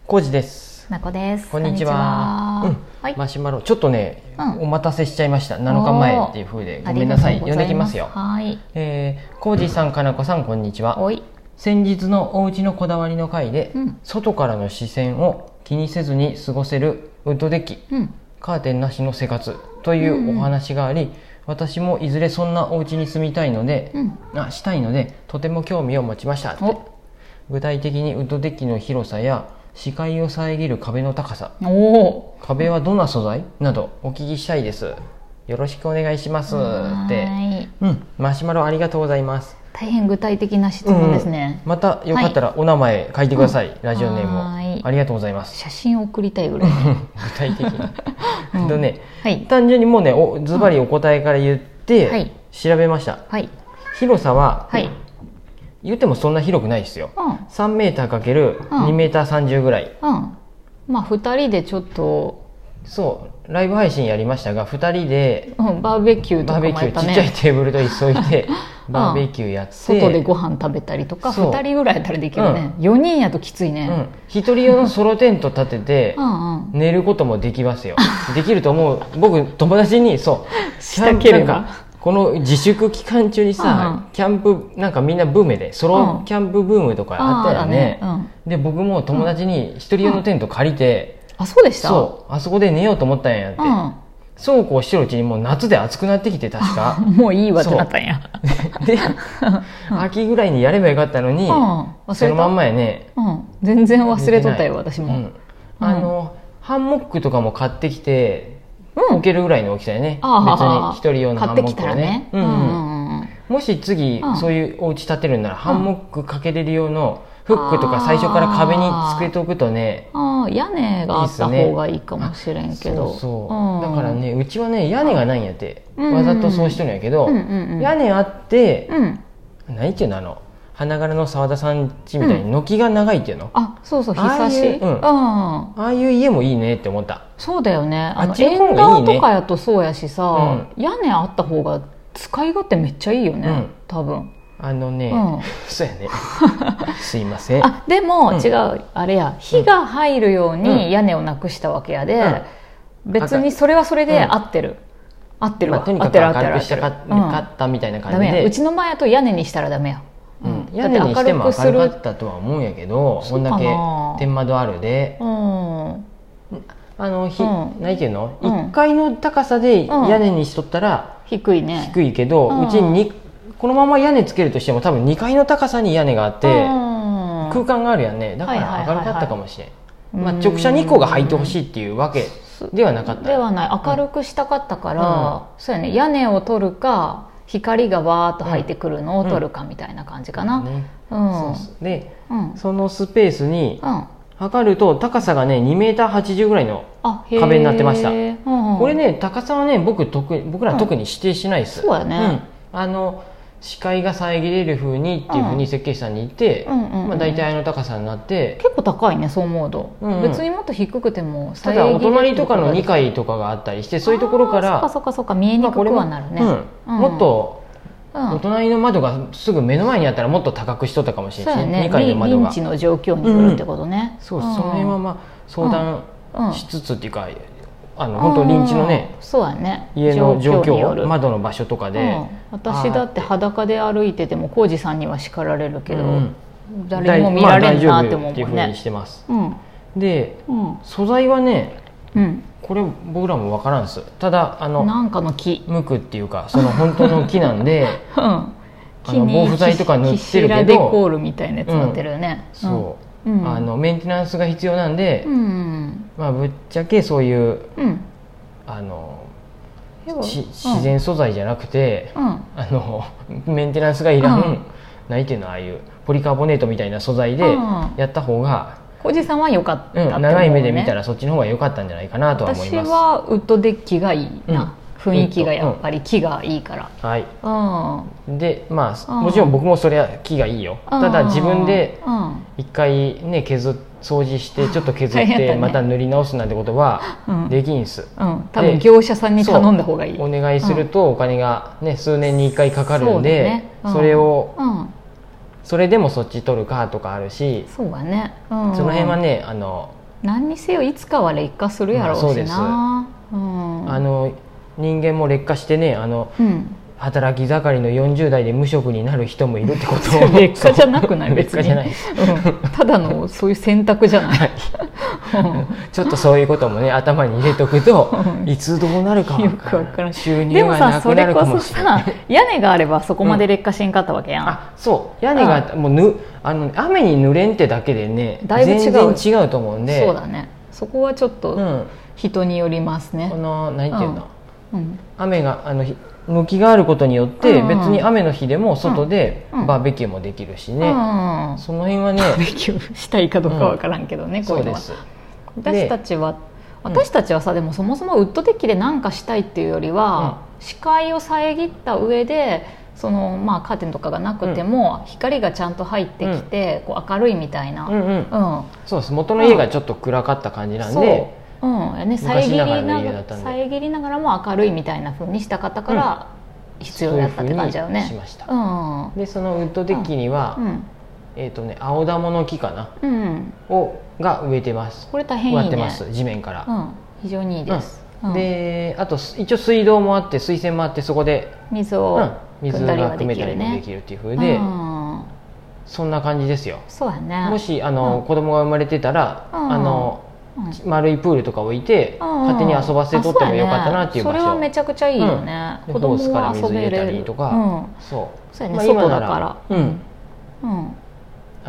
コウジです。 なこです。 こんにちは。 はい、 マシュマロちょっとね、お待たせしちゃいました。7日前っていう風でごめんなさい。呼んできますよ。 はい。 コウジさん、かなこさん、こんにちは。先日のお家のこだわりの回で、外からの視線を気にせずに過ごせるウッドデッキ、カーテンなしの生活というお話があり、私もいずれそんなお家に住みたいので、したいのでとても興味を持ちましたって。具体的にウッドデッキの広さや視界を遮る壁の高さ、壁はどんな素材などお聞きしたいです。よろしくお願いしますって。マシュマロありがとうございます。 大変具体的な質問ですね。 またよかったらお名前書いてください。ラジオネームをありがとうございます。 写真を送りたいぐらい具体的に単純にもうねズバリお答えから言って調べました。広さは言ってもそんな広くないですよ。3m×2m30 ぐらい。 まあ2人でちょっとそうライブ配信やりましたが、2人でバーベキューとかもやったね。 ちっちゃいテーブルと椅子置いてバーベキューやって外でご飯食べたりとか、2人ぐらいやったらできるね。4人やときついね。 1人用のソロテント立てて寝ることもできますよ。できると思う。僕友達にしたければこの自粛期間中にさ、キャンプなんかみんなブームでソロキャンプブームとかあったよね。で僕も友達に一人用のテント借りて、 そうでした。 あそこで寝ようと思ったんやって。そうこうしてるうちにもう夏で暑くなってきて、確かもういいわってなったんや。 で秋ぐらいにやればよかったのに、そのまんまやね。 全然忘れとったよ私も。 ハンモックとかも買ってきて置けるぐらいの大きさやね。別に一人用のハンモックをね。もし次そういうお家建てるんならハンモックかけれる用のフックとか最初から壁につけておくとね。 屋根があった方がいいかもしれんけど。 だからね、うちはね屋根がないんやって。わざとそうしてるんやけど、屋根あって何っていうの、花柄の澤田さん家みたいに軒が長いっていうの。 そうそう、日差し。 ああいう家もいいねって思った。 そうだよね。 あっちの方がいいね。 縁側とかやとそうやしさ、屋根あった方が使い勝手めっちゃいいよね。多分。そうやね。すいません。 でも違う、あれや、火が入るように屋根をなくしたわけやで、別にそれはそれで合ってる。合ってるわ。 とにかく明るくしたかったみたいな感じで。 うちの前やと屋根にしたらダメや。 屋根にしても明るかったとは思うんやけど、こんだけ天窓あるで、何ていうの、1階の高さで屋根にしとったら低いね。 低いけど、うちにこのまま屋根つけるとしても多分2階の高さに屋根があって空間があるやんね。だから明るかったかもしれん。直射日光が入ってほしいっていうわけではなかった。 ではない。明るくしたかったから、そうやね、屋根を取るか光がわーっと入ってくるのを取るかみたいな感じかな。 でそのスペースに測ると高さがね 2m80 ぐらいの壁になってました。これね、高さはね僕ら特に指定しないです。 そうやね。 視界が遮れる風にっていう風に設計士さんに言って大体の高さになって、 結構高いね、そう思うと。別にもっと低くてもただお隣とかの2階とかがあったりして、そういうところからそうか見えにくくはなるね。 もっとお隣の窓がすぐ目の前にあったらもっと高くしとったかもしれないし、2階の窓が臨地の状況によるってことね。 その辺は相談しつつっていうか、本当臨地のね、家の状況、窓の場所とかで。 私だって裸で歩いてても浩二さんには叱られるけど、誰にも見られんなって思うもんね。 っていう風にしてます。で素材はね、これ僕らも分からんす。ただなんかの木、 無垢っていうかその本当の木なんで木に防腐剤とか塗ってるけど、 キシラデコールみたいなやつ塗ってるよね。 メンテナンスが必要なんで、ぶっちゃけそういう自然素材じゃなくて、メンテナンスがいらん、何ていうの、ああいうポリカーボネートみたいな素材でやった方が、 小路さんは良かったって思うね。 長い目で見たらそっちの方が良かったんじゃないかなとは思います。 私はウッドデッキがいいな。雰囲気がやっぱり木がいいから。 でもちろん僕もそれは木がいいよ。ただ自分で一回ね掃除してちょっと削ってまた塗り直すなんてことはできんす。 多分業者さんに頼んだ方がいい。 お願いするとお金がね数年に1回かかるんで、それをそれでもそっち取るかとかあるし、 そうだね、 その辺はね何にせよいつかは劣化するやろうしな、そうです、 人間も劣化してね働き盛りの40代で無職になる人もいるってことを劣化じゃなくない別に劣化じゃない、 ただのそういう選択じゃない、 ちょっとそういうこともね頭に入れとくといつどうなるか分からん、収入がなくなるかもしれない。 でもさそれこそさ屋根があればそこまで劣化しんかったわけやん、 そう屋根がもう雨に濡れんってだけでねだいぶ全然違うと思うんで、 そうだね、そこはちょっと人によりますね。 何ていうの、雨が向きがあることによって別に雨の日でも外でバーベキューもできるしね、その辺はねバーベキューしたいかどうかわからんけどね、こういうのは。私たちはさでもそもそもウッドデッキで何かしたいっていうよりは、視界を遮った上でカーテンとかがなくても、光がちゃんと入ってきて、こう明るいみたいな、 そうです、元の家がちょっと暗かった感じなんで、 遮りながらも明るいみたいな風にしたかったから必要だったって感じだよね。 しました。でそのウッドデッキには、青玉の木かな、が植えてます。 これ大変いいね。 植わってます地面から、 非常にいいです。 であと一応水道もあって水栓もあって、そこで水が汲めたりもできるっていう風で、そんな感じですよ。 そうやね。 もし子供が生まれてたら丸いプールとか置いて勝手に遊ばせとってもよかったなっていう場所、 それはめちゃくちゃいいよね。 ホースから水入れたりとか、 そうやね、外だから、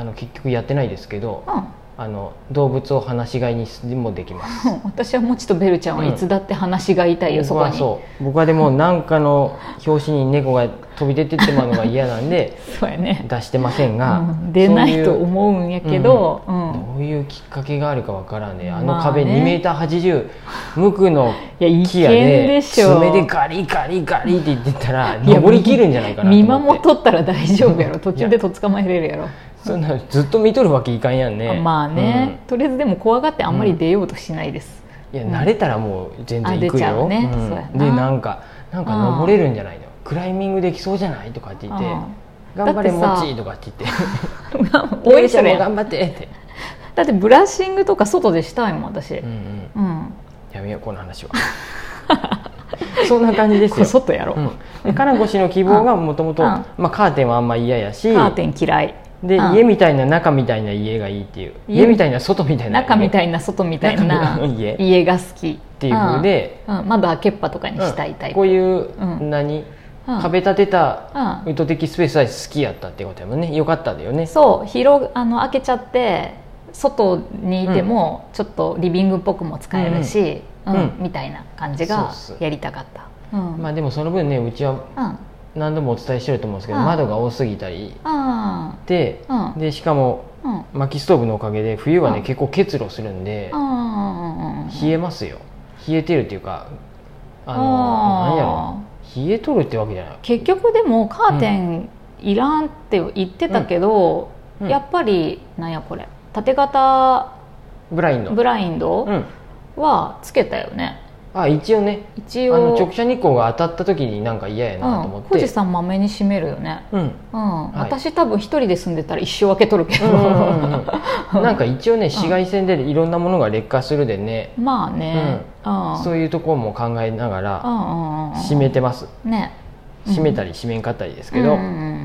結局やってないですけど、動物を放し飼いにもできます。 私はもちとベルちゃんはいつだって放し飼いたいよ、そこに。 僕はでも何かの表紙に猫が飛び出てってまうのが嫌なんでそうやね、 出してませんが、 出ないと思うんやけど、 どういうきっかけがあるかわからんね。壁2メーター80無垢の木やで爪でガリガリガリって言ってたら登りきるんじゃないかなと思って。 見守っとったら大丈夫やろ、途中でとっ捕まえれるやろ。 そんなずっと見とるわけいかんやんね。 まあね、とりあえずでも怖がってあんまり出ようとしないです。 いや慣れたらもう全然行くよ。でなんか登れるんじゃないの、クライミングできそうじゃないとかって言って頑張れもちとかって言って応援しても頑張ってって。 だってブラッシングとか外でしたいもん私。 やめようこの話は。そんな感じですよ。 外やろ。 金越の希望がもともとカーテンはあんま嫌やし、 カーテン嫌いで、家みたいな中みたいな家がいいっていう、家みたいな外みたいな中みたいな外みたいな家が好きっていう風で、 窓開けっぱとかにしたいタイプ。 こういう壁立てたウッド的スペースは好きやったってことやもんね。よかっただよね。 そう開けちゃって外にいてもちょっとリビングっぽくも使えるし、みたいな感じがやりたかった。 まあでもその分ね、うちは何度もお伝えしてると思うんですけど、窓が多すぎたりでしかも薪ストーブのおかげで冬はね結構結露するんで冷えますよ。冷えてるっていうか何やろ、冷えとるってわけじゃない。 結局でもカーテンいらんって言ってたけど、やっぱりなんやこれ縦型ブラインドはつけたよね。 一応ね、直射日光が当たった時になんか嫌やなと思って。 富士山まめに閉めるよね。私多分一人で住んでたら一生開けとるけど、 なんか一応ね紫外線でいろんなものが劣化するでね、 まあね、 そういうところも考えながら閉めてますね。閉めたり閉めんかったりですけど、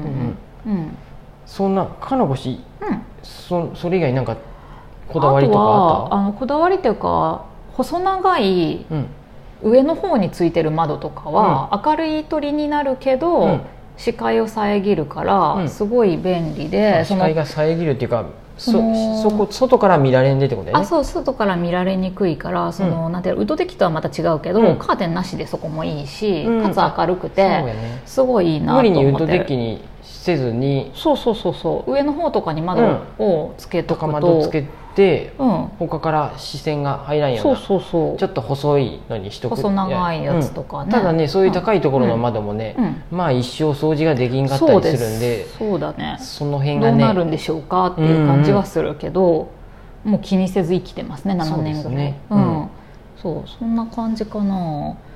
そんな金越それ以外なんかこだわりとかあった？ こだわりというか細長い上の方についてる窓とかは明るい鳥になるけど、視界を遮るからすごい便利で、 視界が遮るっていうか外から見られんでってことだよね。 そう、外から見られにくいからなんていうウッドデッキとはまた違うけど、カーテンなしでそこもいいし、かつ明るくてすごいいいなと思ってる。 無理にウッドデッキにせずに、 そう上の方とかに窓をつけとくと、 窓つけて他から視線が入らんようなちょっと細いのにしとく、 細長いやつとかね。 ただね、そういう高いところの窓もね、まあ一生掃除ができんかったりするんで、 そうだね、 その辺がねどうなるんでしょうかっていう感じはするけど、もう気にせず生きてますね、7年ぐらい。そんな感じかな。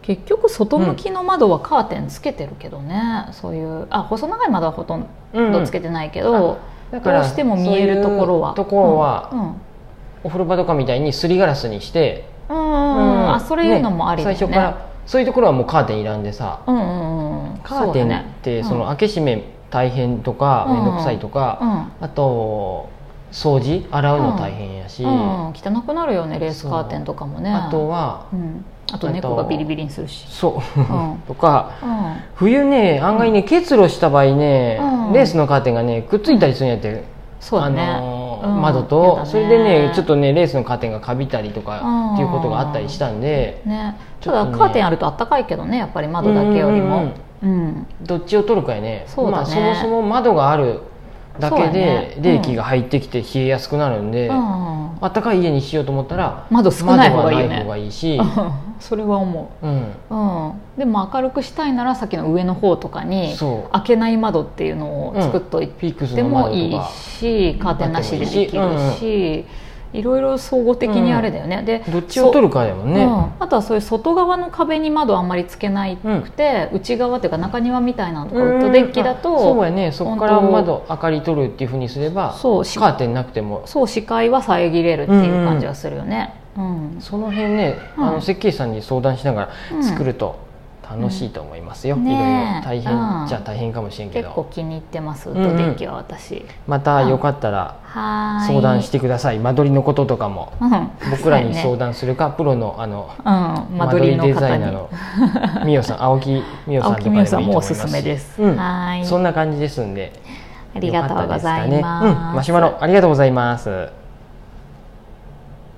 結局外向きの窓はカーテンつけてるけどね、そういう細長い窓はほとんどつけてないけど、だからどうしても見えるところはお風呂場とかみたいにすりガラスにして、 それいうのもありだよね。 最初からそういうところはもうカーテンいらんでさ、カーテンってその開け閉め大変とか面倒くさいとか、あと掃除洗うの大変やし、 汚くなるよねレースカーテンとかもね。 あとは、 あと猫がビリビリにするし、 とか、冬ね案外ね結露した場合ね、レースのカーテンがねくっついたりするんやって、窓と、それでねちょっとねレースのカーテンがかびたりとかっていうことがあったりしたんで、 ただカーテンあるとあったかいけどね、やっぱり窓だけよりも、 どっちを取るかやね。そもそも窓があるだけで冷気が入ってきて冷えやすくなるんで、あったかい家にしようと思ったら窓少ない方がいいよね。 窓がない方がいいしそれは思う、でも明るくしたいならさっきの上の方とかに開けない窓っていうのを作っといてもいいし、カーテンなしでできるし、いろいろ総合的にあれだよね、でどっちを取るかだもんね、 あとはそういう外側の壁に窓あんまりつけなくて、内側っていうか中庭みたいなのとかウッドデッキだと、 そうやね、そこから窓明かり取るっていうふうにすればカーテンなくても視界は遮れるっていう感じはするよね、 その辺ね、設計士さんに相談しながら作ると楽しいと思いますよ、いろいろ大変じゃ大変かもしれんけど、 結構気に入ってますウッドデッキは私、 またよかったら相談してください。間取りのこととかも、僕らに相談するか、プロの間取りデザイナーのみおさん、青木みおさんとかでもいいと思いますし、 おすすめです、 そんな感じですんで、 ありがとうございます。 マシュマロありがとうございます。